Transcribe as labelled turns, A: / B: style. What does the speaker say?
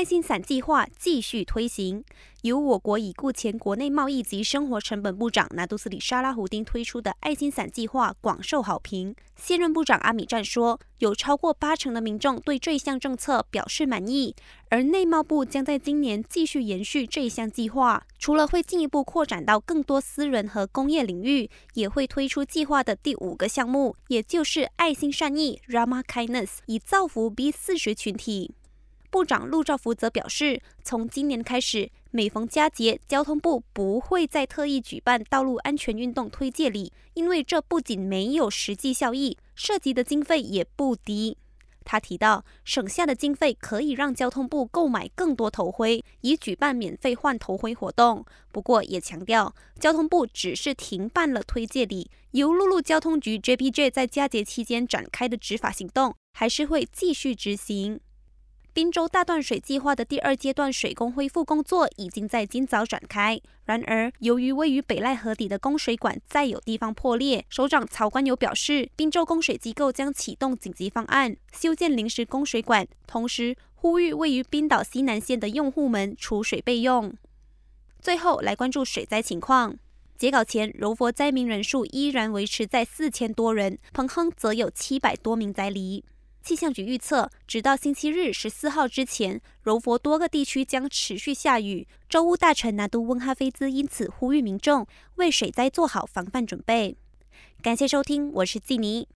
A: 爱心伞计划继续推行，由我国已故前国内贸易及生活成本部长拿督斯里沙拉胡丁推出的爱心伞计划广受好评。现任部长阿米赞说，有超过80%的民众对这项政策表示满意，而内贸部将在今年继续延续这项计划，除了会进一步扩展到更多私人和工业领域，也会推出计划的第5个项目，也就是爱心善意 Rahmah Kindness， 以造福 B40群体。部长陆兆福则表示，从今年开始，每逢佳节，交通部不会再特意举办道路安全运动推介礼，因为这不仅没有实际效益，涉及的经费也不低。他提到，省下的经费可以让交通部购买更多头盔，以举办免费换头盔活动。不过也强调，交通部只是停办了推介礼，由陆路交通局 JPJ 在佳节期间展开的执法行动，还是会继续执行。滨州大断水计划的第2阶段水工恢复工作已经在今早展开。然而，由于位于北赖河底的供水管再有地方破裂，首长曹观友表示，滨州供水机构将启动紧急方案，修建临时供水管，同时呼吁位于滨岛西南线的用户们储水备用。最后来关注水灾情况。截稿前，柔佛灾民人数依然维持在4000多人，彭亨则有700多名灾黎。气象局预测，直到星期日14号之前，柔佛多个地区将持续下雨。州务大臣拿督温哈菲兹因此呼吁民众为水灾做好防范准备。感谢收听，我是季妮。